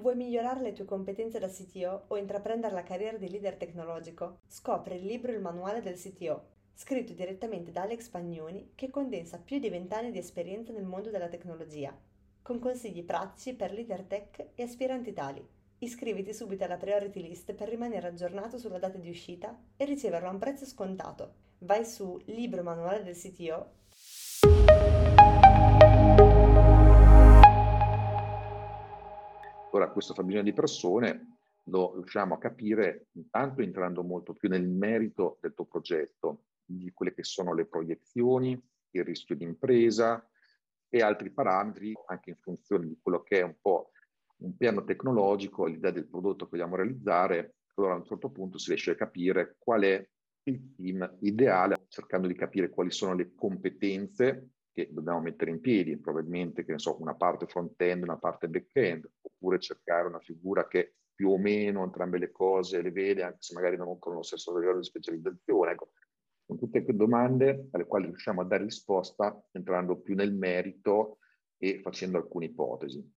Vuoi migliorare le tue competenze da CTO o intraprendere la carriera di leader tecnologico? Scopri il libro Il manuale del CTO, scritto direttamente da Alex Pagnoni, che condensa più di 20 anni di esperienza nel mondo della tecnologia, con consigli pratici per leader tech e aspiranti tali. Iscriviti subito alla priority list per rimanere aggiornato sulla data di uscita e riceverlo a un prezzo scontato. Vai su Libro Manuale del CTO. Ora, questo fabbisogno di persone lo riusciamo a capire intanto entrando molto più nel merito del tuo progetto, di quelle che sono le proiezioni, il rischio di impresa e altri parametri, anche in funzione di quello che è un po' un piano tecnologico, l'idea del prodotto che vogliamo realizzare. Allora a un certo punto si riesce a capire qual è il team ideale, cercando di capire quali sono le competenze che dobbiamo mettere in piedi, probabilmente, che ne so, una parte front-end, una parte back-end, oppure cercare una figura che più o meno entrambe le cose le vede, anche se magari non con lo stesso livello di specializzazione. Ecco, sono tutte domande alle quali riusciamo a dare risposta entrando più nel merito e facendo alcune ipotesi.